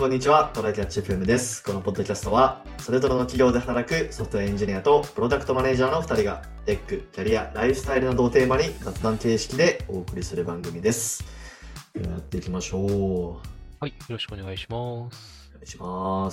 こんにちは。トライキャッチ FM です。このポッドキャストは、それぞれの企業で働くソフトウェアエンジニアとプロダクトマネージャーの2人が、テック、キャリア、ライフスタイルなどをテーマに雑談形式でお送りする番組です。ではやっていきましょう。 はい、よろしくお願いします。 お願いします。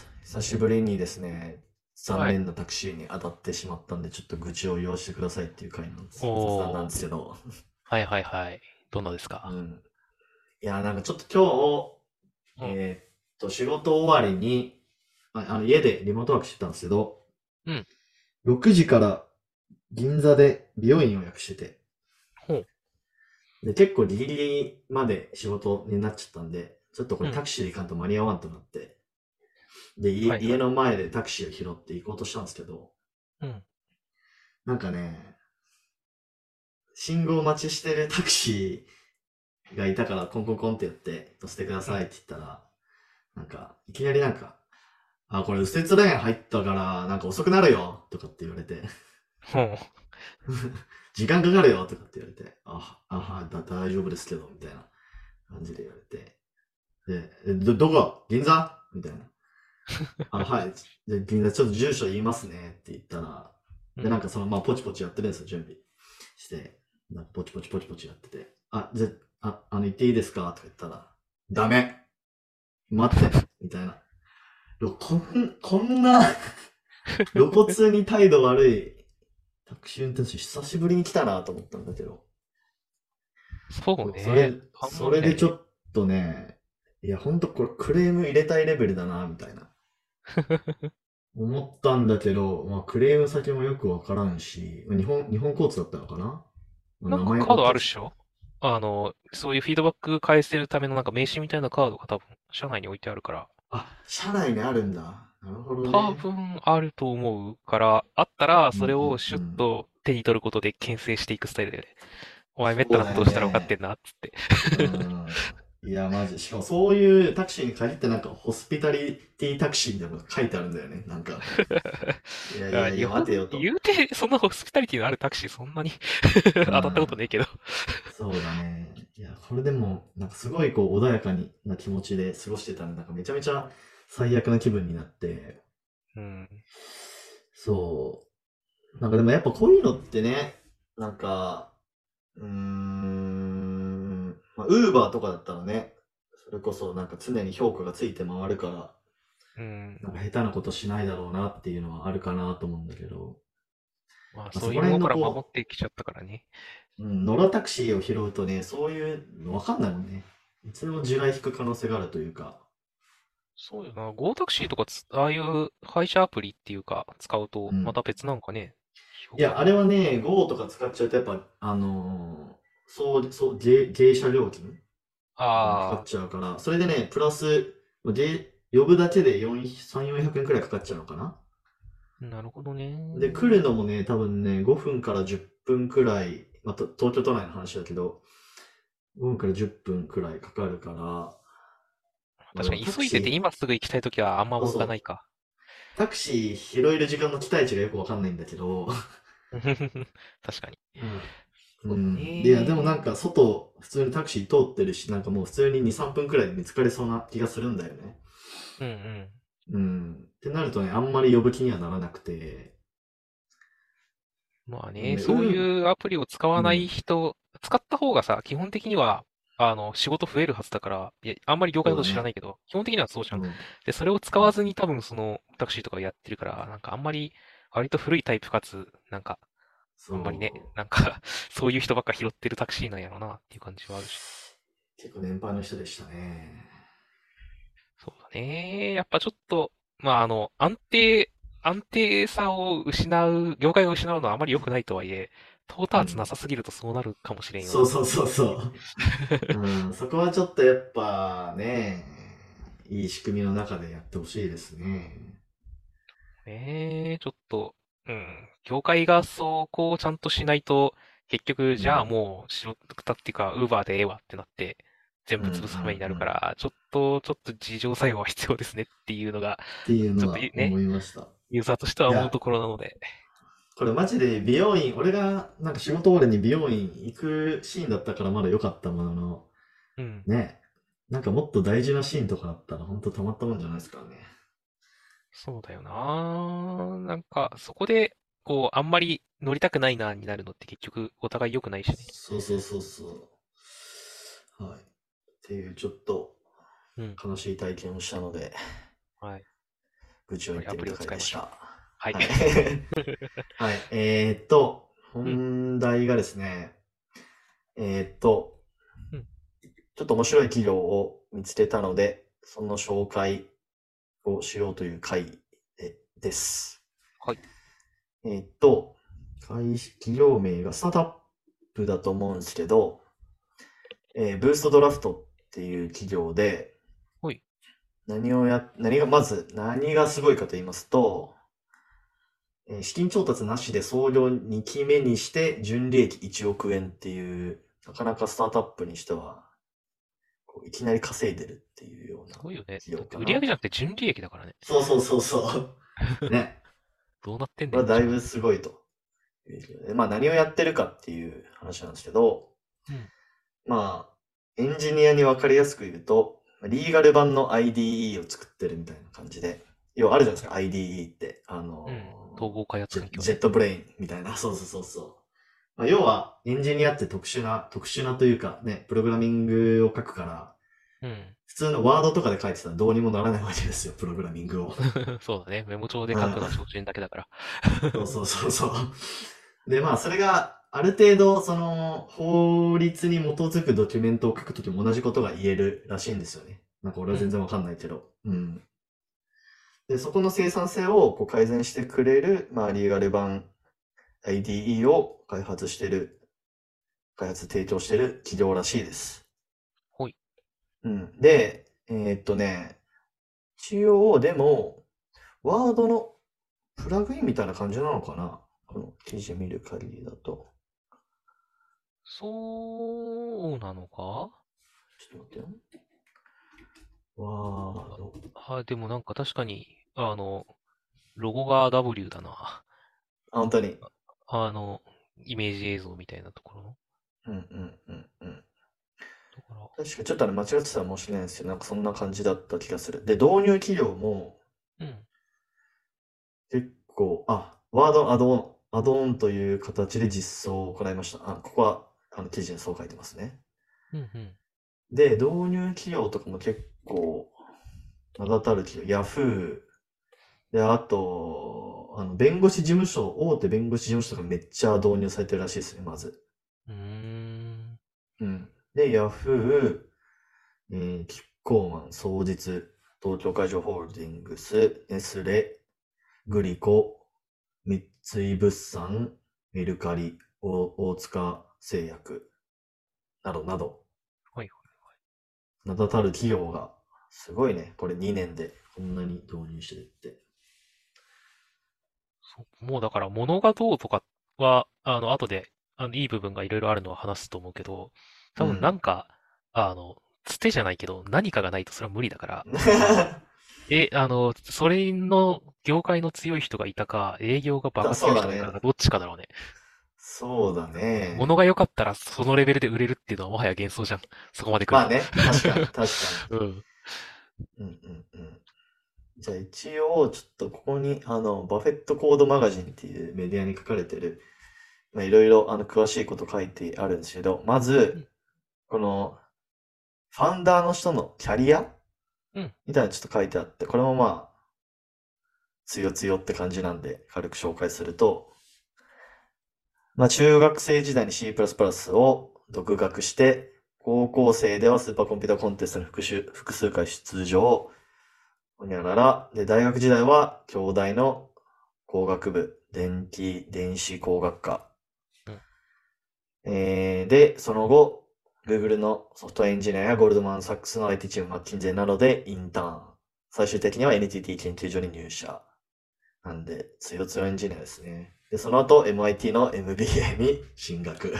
久しぶりにですね、残念なタクシーに当たってしまったんで、ちょっと愚痴を言わせてくださいっていう回なんです。雑談なんおー、 ですけど。 はいはいはい。どんなですか？ うん。いや、なんかちょっと今うん、 仕事終わりに、家でリモートワークしてたんですけど、 うん、 6時から銀座で美容院を予約してて、 ほう、 で、結構ギリギリまで仕事になっちゃったんで、ちょっとこうん、 れタクシーで行かんと間に合わんとなって、で、家はいはい。 の前でタクシーを拾って行こうとしたんですけど、 うん、 なんかね、信号待ちしてるタクシーがいたからコンコンコンってやって、乗せてくだうん、 さいって言ったら、いきなりこれ右折レーン入ったから、遅くなるよとかって言われて、 ほう、 時間かかるよとかって言われて、はい、大丈夫ですけど、みたいな感じで言われて、どこ銀座みたいな。はい。で、銀座ちょっと住所言いますねって言ったら、で、 うん。 ポチポチやってるんですよ、準備して。ポチポチポチポチやってて、言っていいですかとか言ったら、ダメ待ってみたいな。こんな露骨に態度悪いタクシー運転手久しぶりに来たなと思ったんだけど。 そうね。あんそまね。 れでちょっとね、いや、ほんとこれクレーム入れたいレベルだな、みたいな。思ったんだけど、クレーム先もよくわからんし、日本交通だったのかな。名なんかカー前追ったりし、 ドあるっしょ？そういうフィードバック返せるためのなんか名刺みたいなカードが多分、車内に置いてあるから、 車内にあるんだ。なるほど多ね。 分あると思うから、あったら、 うんうそれをシュッんうん。 と手に取ることで牽制していくスタイルだよね。お前めったなそうだよことをしたら分かってね。 んな、っつって。 うん。いや、マジ。しかもそういうタクシーに限ってホスピタリティタクシーみたいなのが書いてあるんだよね。いやいやいや、待日本、 てよと。 言うて、そんなホスピタリティのあるタクシーそんなにう当たったことねえん。 けど。 そうだね。いや、これでも、すごい穏やかな気持ちで過ごしてたんで、めちゃめちゃ最悪な気分になって、 うん。 そう。でもやっぱこういうのってね、ウーバーとかだったらね、それこそ常に評価がついて回るから、 うん。 下手なことしないだろうなっていうのはあるかなと思うんだけど、 まあ、 そこらそういうものから守辺のってきちゃったからね。 野良タクシーを拾うとね、そういうのわかんないもんね。いつでも地雷引く可能性があるというか。 そうよな。Go タクシーとかああいう配車アプリっていうか、使うと、まうん。 た別なんかね、評いや、あ価が。 れはね、Go とか使っちゃうとやっぱ、芸者料金がかかっあちゃうから、それでね、プラス、呼ぶだけで3、400円くらいかかっちゃうのかな。 あ、なるほどね。 で、来るのもね、多分ね、5分から10分くらい、東京都内の話だけど、5分から10分くらいかかるから、でも確かに急いでて今すぐ行きたいときはあんま向かないか。 タクシー拾える時間の期待値がよくわかんないんだけど、 確かに。 うん。うそうん。でもね。 普通にタクシー通ってるし、もう普通に2、3分くらいで見つかりそうな気がするんだよね。 うんうん。 うん。ってなるとね、あんまり呼ぶ気にはならなくて、 まあね、 でもね、 そういうアプリを使わないうん。 人、使った方がさ、基本的には、仕事増えるはずだから、いや、あんまり業界のこと知らなそうだね。 いけど、基本的にはそうじゃん。 うん。 で、それを使わずに多分そのタクシーとかをやってるから、なんかあんまり、割と古いタイプかつ、なんか、あんまりね、 そう。 なんかそういう人ばっか拾ってるタクシーなんやろなっていう感じはあるし。 結構年配の人でしたね。 そうだね。やっぱちょっと、まあ安定さを失う、業界が失うのはあまり良くないとはいえ、トーターツなうん。 さすぎるとそうなるかもしれんよなっそうそうそうていう。 そう。うん。そこはちょっとやっぱね、いい仕組みの中でやってほしいですね。 ねえ、ちょっと、うん、業界がそこをちゃんとしないと、結局、じゃあうん。 もう、仕事っていうか、ウーバーでええわってなって、全うんうんう部潰す羽目になるかん。 ら、ちょっと自浄作用は必要ですねっていうのが、 っていうちょっのは思とね、 いました。 ユーザーとしてはいや、 思うところなので。 これマジで美容院、俺が仕事終わりに美容院行くシーンだったからまだ良かったものの、 うん。 ね。 なんかもっと大事なシーンとかあったら本当たまったもんじゃないですからね。 そうだよな。なんか、そこで、こう、あんまり乗りたくないな、になるのって結局、お互い良くないしね。 そうそうそうそう。はい。っていうちょっとうん。 悲しい体験をしたので、 はい。やっ愚痴を言ってみたぱりアプリを使いましょう。 回でした。 はい。 はい。はい。 うん。 本題がですね、えーっと、 うん。 ちょっと面白い企業を見つけたので、その紹介をしようという回です。 はい。 えーっと、企業名がスタートアップだと思うんですけど、ブーストドラフトっていう企業で、 ほい。 何がすごいかと言いますと、資金調達なしで創業2期目にして純利益1億円っていう、なかなかスタートアップにしては、こういきなり稼いでるっていうようなすごいよね。だって企業かな。 売上じゃなくて純利益だからね。 そうそうそうそう。ね。 どうなってんこれはだいぶねんじゃあ。 すごいという企業で。まあ何をやってるかっていう話なんですけど、 うん。 まあ、エンジニアにわかりやすく言うと、リーガル版の IDE を作ってるみたいな感じで、要はあるじゃないですか、IDE って。 うん。統合開発環境ね。 ジェットブレインみたいな。そうそうそうそう。まあ、要は、エンジニアって特殊なというかね、プログラミングを書くから、 うん。 普通のワードとかで書いてたらどうにもならないわけですよ、プログラミングを。 そうだね。メモ帳でうん。 書くのは超人だけだから。 そうそうそうそう。で、まあ、それがある程度、その、法律に基づくドキュメントを書くときも同じことが言えるらしいんですよね。なんか俺うん。 は全然わかんないけど。うん。で、そこの生産性をこう改善してくれる、まあ、リーガル版 IDE を開発提供してる企業らしいです。 ほい。 うん。で、一応、でも、ワードのプラグインみたいな感じなのかな、この記事見る限りだと。 そうなのか。 ちょっと待ってよ。ワード。 でもなんか確かに、ロゴが W だな。 あ、本当に。 あの、イメージ映像みたいなところの。 うんうんうんうん。 だから、 確かちょっと間違ってたら申し訳ないんですけど、なんかそんな感じだった気がする。で、導入企業もうん。 結構、ワードアドオンという形で実装を行いました。ここは、記事にそう書いてますね。 うん、うん。 で、導入企業とかも結構、名だたる企業、ヤフー、で、あと、大手弁護士事務所とかめっちゃ導入されてるらしいですね、まず。 うーん。 うん。で、ヤフキッコーマン、双日、東京海上ホールディングス、ネスレ、グリコ、三井物産、メルカリ、大塚製薬、などなど、 はい。 名だたる企業が、すごいね、これ2年でこんなに導入してるって。 もうだから物がどうとかは、後で、いい部分がいろいろあるのは話すと思うけど、多分なうん。 んか、つてじゃないけど、何かがないとそれは無理だから、あの、それの業界の強い人がいたか、営業がバカ強い人がいたか、 そうだね。 どっちかだろうね。 そうだね。 物が良かったらそのレベルで売れるっていうのはもはや幻想じゃん。そこまで来ると。 まあね、確かに、確かに。 うん。 うんうんうん。じゃあ一応、ちょっとここに、バフェットコードマガジンっていうメディアに書かれてる、まあ、いろいろ、詳しいこと書いてあるんですけど、まず、 うん。 この、ファウンダーの人のキャリアうん。 みたいなのちょっと書いてあって、これもまあ、つよつよって感じなんで、軽く紹介すると、まあ、中学生時代に C++ を独学して、高校生ではスーパーコンピュータコンテストに複数回出場、ほにゃらら、で、大学時代は、京大の工学部、電子工学科。 うん。 で、その後、Google のソフトウェアエンジニアやゴールドマン・サックスの IT チーム、マッキンゼーなどでインターン。最終的には NTT 研究所に入社。なんで、つよつよエンジニアですね。で、その後、MIT の MBA に進学。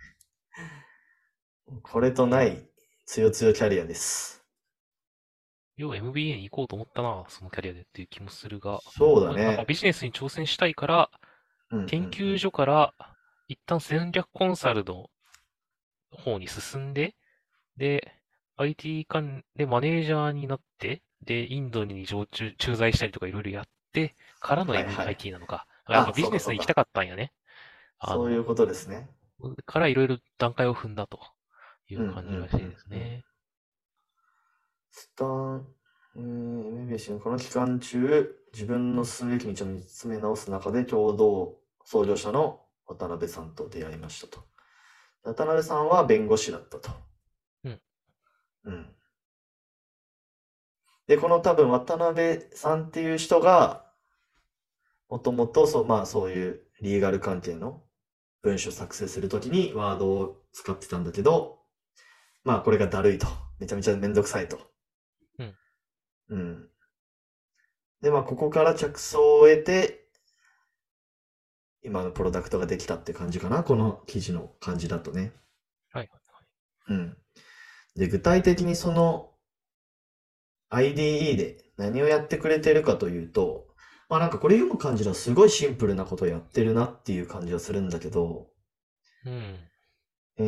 これとなえ、 い、つよつよキャリアです。 要は MBA に行こうと思ったな、そのキャリアでっていう気もするが、 そうだまあ、なんかね。 ビジネスに挑戦したいから、 うんうん研究うん。 所から一旦戦略コンサルの方に進んで、で、 IT 関でマネージャーになって、で、インドに駐在したりとかいろいろやってからのはいはい。 IT なのか。やっぱあ、 ビジそうかそうか。 ネスに行きたかったんやね。あの、 そういうことですね。 からいろいろ段階を踏んだというんうう感じらしいんうんうん。 ですね。 スタン、MBC のこの期間中、自分のうん、 進むべき道を見つめ直す中で、共同創業者の渡辺さんと出会いましたと。渡辺さんは弁護士だったと。 うん、 うん。で、この多分渡辺さんっていう人が、もともとそう、まあそういうリーガル関係の文章作成するときにワードを使ってたんだけど、まあこれがだるいと。めちゃめちゃめんどくさいと。 うん。 うん。で、まあここから着想を得て、今のプロダクトができたって感じかな。この記事の感じだとね。 はい。 うん。で、具体的にその IDE で何をやってくれてるかというと、まあなんかこれ読む感じではすごいシンプルなことをやってるなっていう感じはするんだけど、 うん。 え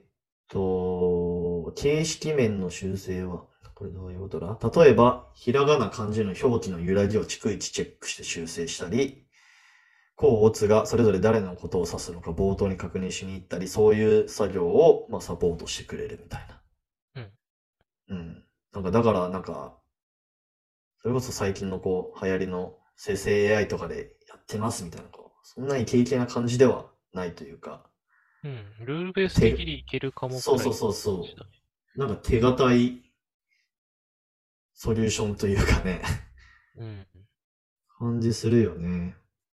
形式面の修正は、これどういうことだ？例えば、ひらがな漢字の表記の揺らぎを逐一チェックして修正したり、甲乙がそれぞれ誰のことを指すのか冒頭に確認しに行ったり、そういう作業を、まあ、サポートしてくれるみたいな。 うん。 うん。なんか、だから、なんか、それこそ最近のこう、流行りの生成 AI とかでやってますみたいな、こう、そんなイケイケな感じではないというか、 うん。ルールベースでギ手、 リいけるかもくらいのそうそうそうそ感じだね。 う。なんか手堅いソリューションというかね、 うん。 感じするよね。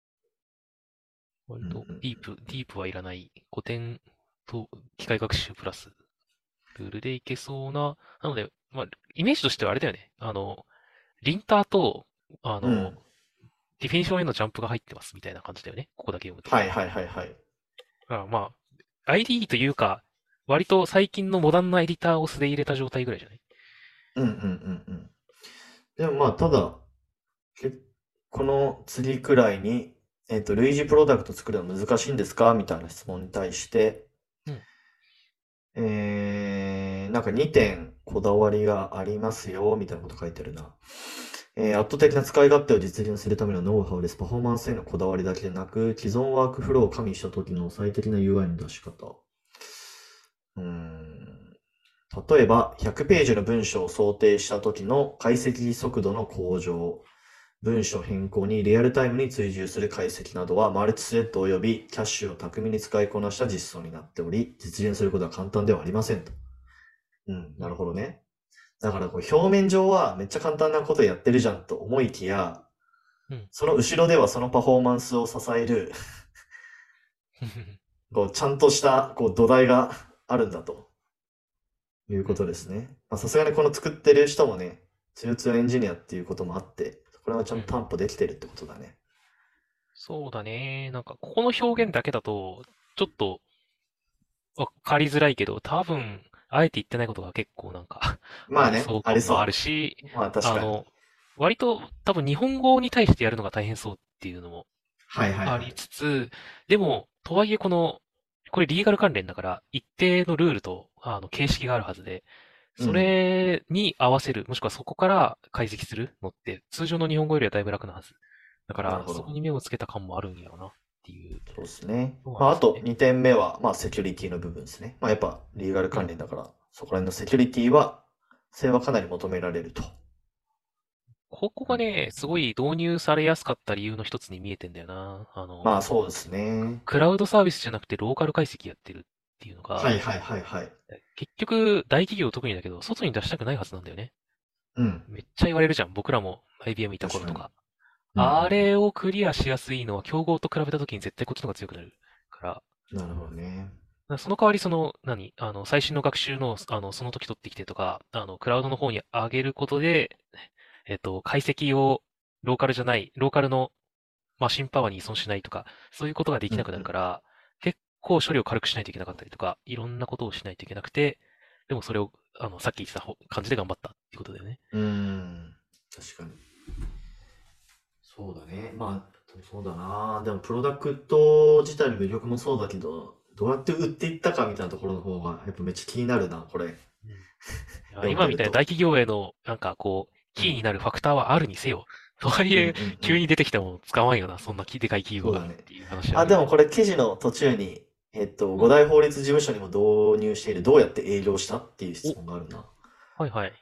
割うんうんとディープはいらない古典と機械学習プラスルールでいけそうな。なので、まあ、イメージとしてはあれだよね。リンターと、あうん。うの、 ん。 ディフィニションへのジャンプが入ってますみたいな感じだよね。ここだけ読むと。 はいはいはいはい。 まあ、IDE というか、割と最近のモダンなエディターを素で入れた状態ぐらいじゃない？ うんうんうんうん。でもまあ、ただ、けこの次くらいに、類似プロダクト作るの難しいんですかみたいな質問に対して、 うん。 なんか2点こだわりがありますよ、みたいなこと書いてるな。圧倒的な使い勝手を実現するためのノウハウです。パフォーマンスへのこだわりだけでなく、既存ワークフローを加味した時の最適な UI の出し方。うーん。例えば、100ページの文章を想定した時の解析速度の向上、文章変更にリアルタイムに追従する解析などは、マルチスレッド及びキャッシュを巧みに使いこなした実装になっており、実現することは簡単ではありませんと。うん、なるうん。 ほどね。だからこう表面上はめっちゃ簡単なことやってるじゃんと思いきや、 うん。 その後ろではそのパフォーマンスを支える、こうちゃんとしたこう土台があるんだといううん。 ことですね。まあさすがにこの作ってる人もね、つよつよエンジニアっていうこともあって、これはちゃうん。 んと担保できてるってことだね。 そうだね。なんか、ここの表現だけだと、ちょっとわかりづらいけど、多分、あえて言ってないことが結構なんかありまあね、 そう感もあるありそし、 う。まあ確かに。 あの、割と多分日本語に対してやるのが大変そうっていうのもはいはいありはい。 つつ、でも、とはいえこれリーガル関連だから、一定のルールと、形式があるはずで、そうん。 れに合わせる、もしくはそこから解析するのって、通常の日本語よりはだいぶ楽なはず。だから、 なるほど。 そこに目をつけた感もあるんやろなっていうそうですね。 のはあまああとりそうね。 2点目は、まあセキュリティの部分ですね。まあやっぱリーガルうん。 関連だから、そこら辺のセキュリティは、性はかなり求められると。 ここうん。 がね、すごい導入されやすかった理由の一つに見えてんだよな。 まあそうですね。 クラウドサービスじゃなくてローカル解析やってるっていうのが、 はいはいはいはい。 結局、大企業特にだけど、外に出したくないはずなんだよね。 うん。 めっちゃ言われるじゃん。僕らも IBM いた確かに。 頃とか。 うんうんあれをクリアしやすいのは競合と比べた時に絶対こっちの方が強くなるから。 うん。なるほどね。 その代わり最新の学習の、その時取ってきてとか、クラウドの方に上げることで、解析をローカルのマシンパワーに依存しないとか、そういうことができなくなるうんうん。 から、結構処理を軽くしないといけなかったりとか、いろんなことをしないといけなくて、でもそれを、さっき言ってた感じで頑張ったっていうことだよね。 うーん。確かに。そうだね。まあ、そうだな。でも、プロダクト自体の魅力もそうだけど、どうやって売っていったかみたいなところの方が、やっぱめっちゃ気になるな、これ。 いや読ん今みたいな大でると。 企業への、なんかこう、キーになるファクターはあるにせよ。とはいうんうえ、 んうん。 急に出てきたもの使わんよな、そんなでかい企業が。 そうだね。 っていう話はああ、 るよね。 でもこれ記事の途中に、 うん。 五大法律事務所にも導入しているどうやって営業したっていう質お、 問があるな。 はいはい。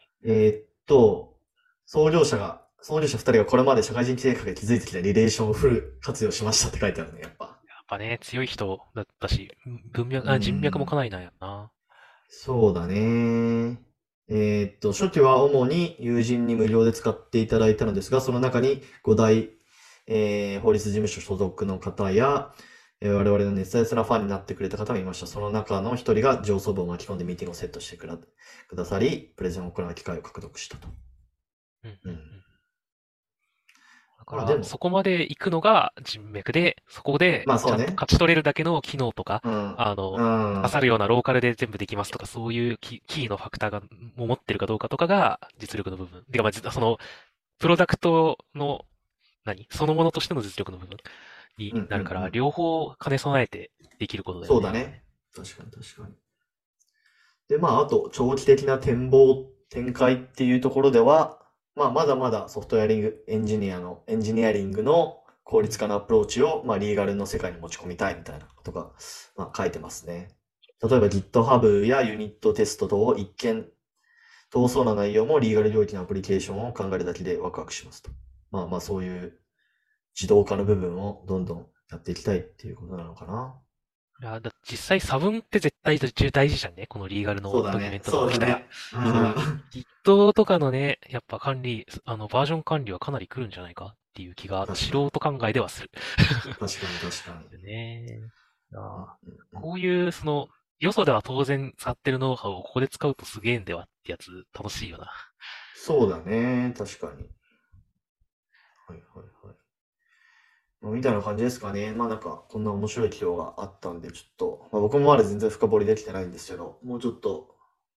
創業者二人がこれまで社会人経営学で築いてきたリレーションをフル活用しましたって書いてあるね、やっぱ。 やっぱね、強い人だったし、 う人脈もかん。 なりなんやな。 そうだね。初期は主に友人に無料で使っていただいたのですが、その中に五大、法律事務所所属の方や、我々の熱烈なファンになってくれた方もいました。その中の一人が上層部を巻き込んでミーティングをセットしてくださり、プレゼンを行う機会を獲得したと。 うんうんうん。 うん。 だから、そまあでも、 こまで行くのが人脈で、そこでちゃんとまあそうね。 勝ち取れるだけの機能とか、 うん。う刺さん。 るようなローカルで全部できますとか、そういうキーのファクターも持ってるかどうかとかが実力の部分。てか、まあ、その、プロダクトの、そのものとしての実力の部分うんうになるから、 んうん。 両方兼ね備えてできることだよね。 そうだね。確かに確かに。で、まあ、あと、長期的な展開っていうところでは、まあ、まだまだソフトウェアエンジニアリングの効うん。 率化のアプローチを、まあ、リーガルの世界に持ち込みたいみたいなことが、まあ、書いてますね。例えばうんうん。 GitHub やユニットテスト等を一見遠そうな内容もリーガル領域のアプリケーションを考えるだけでワクワクしますと。まあまあ、そういう自動化の部分をどんどんやっていきたいっていうことなのかな。 いや、実際差分って絶対大事じゃんね。このリーガルのそうだね。 ドキュメントとか来たら。 そうだね。うそう、 ん。 Git とかのね、やっぱ管理、バージョン管理はかなり来るんじゃないかっていう気が、素確かに。 人考えではする。 確かに確かに。 ね。 うんあうんうん。 こういう、よそでは当然使ってるノウハウをここで使うとすげえんではってやつ、楽しいよな。 そうだね。確かに。はいはいはい。まあ、みたいな感じですかね。まあなんか、こんな面白い企業があったんで、ちょっと、まあ、僕もまだ全然深掘りできてないんですけど、もうちょっと、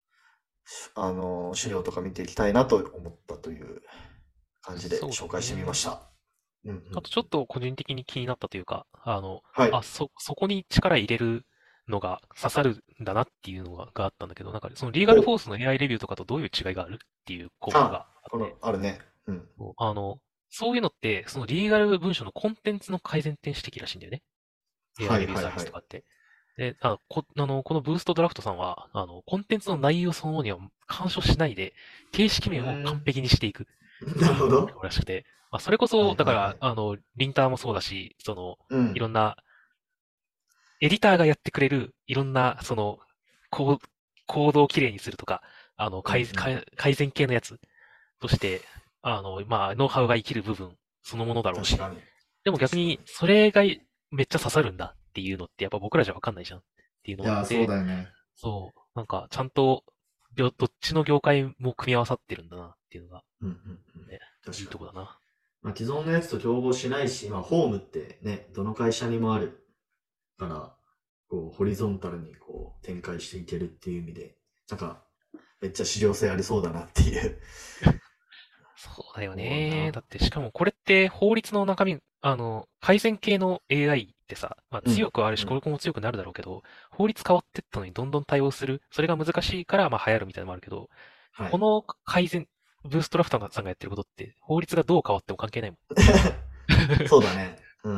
資料とか見ていきたいなと思ったという感じでそうだ紹介してみましね。 た。うんうんあとちょうん。 っと個人的に気になったというか、 はい。 そこに力入れるのが刺さるんだなっていうのがあったんだけど、なんかそのリーガルフォほう。 ースの AI レビューとかとどういう違いがあるっていう項目あ、 があって、 あるね。うん。 そうそういうのって、そのリーガル文書のコンテンツの改善点指摘らしいんだよね。 は AI いレビューサービはいはい。 スとかって。で、このブーストドラフトさんは、コンテンツの内容そのものには干渉しないで、形式う面をーん。 完璧にしていくっなていうのがあるるほど。 らしくて、まあ、それこそ、だから、 はいはいはい。 リンターもそうだし、 うん。 いろんな、エディターがやってくれる、いろんな、コーコードをきれいにするとか、 うんうん。 改善系のやつとして、まあ、ノウハウが生きる部分そのものだろうし、 確かに。 でも逆確かに。 に、それがめっちゃ刺さるんだっていうのって、やっぱ僕らじゃわかんないじゃんっていうのいやー、そうがあって、 だよね。 そう、なんか、ちゃんと、どっちの業界も組み合わさってるんだなっていうのが、 うんうんうん。 ね、いい確かに。 とこだな。 まあ、既存のやつと競合しないし、まあ、ホームってね、どの会社にもあるから、こう、ホリゾンタルにこう、展開していけるっていう意味で、なんか、めっちゃ資料性ありそうだなっていうそうだよね。 思うな。 だって、しかもこれって法律の中身、改善系の AI ってさ、まあうん。 強くはあるし、こうん。 れも強くなるだろうけど、法律変わってったのにどんどん対応する。それが難しいから、まあ流行るみたいなのもあるけど、 はい。 この改善、ブーストラフターさんがやってることって、法律がどう変わっても関係ないもん。っそうだね。うん。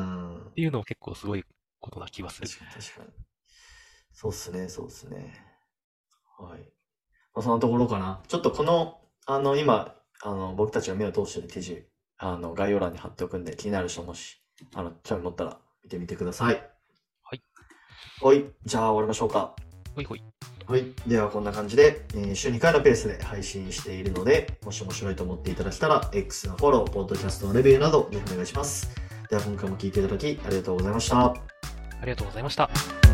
ていうのも結構すごいことな気はする。 確かに確かに。そうっすね、そうっすね。はい。まあ、そのところかな。ちょっとこの、今、僕たちが目を通してる記事、概要欄に貼っておくんで、気になる人もし、興味持ったら見てみてください。 はい。 はい。じゃあ終わりましょうか。 ほいほい。 はい。ではこんな感じで、週2回のペースで配信しているので、もし面白いと思っていただけたら、X のフォロー、ポッドキャストのレビューなど、ぜひお願いします。では今回も聞いていただきありがとうございました。 ありがとうございました。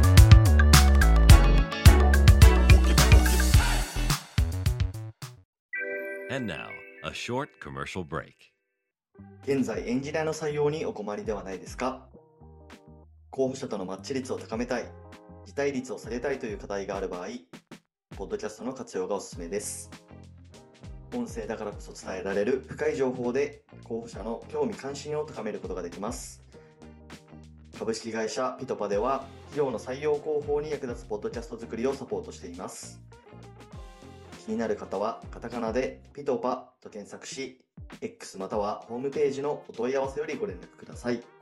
And now, a short commercial break. 現在、エンジニアの採用にお困りではないですか？候補者とのマッチ率を高めたい、辞退率を下げたいという課題がある場合、ポッドキャストの活用がおすすめです。音声だからこそ伝えられる深い情報で候補者の興味関心を高めることができます。株式会社ピトパでは企業の採用広報に役立つポッドキャスト作りをサポートしています。 気になる方はカタカナでピトパと検索し、X またはホームページのお問い合わせよりご連絡ください。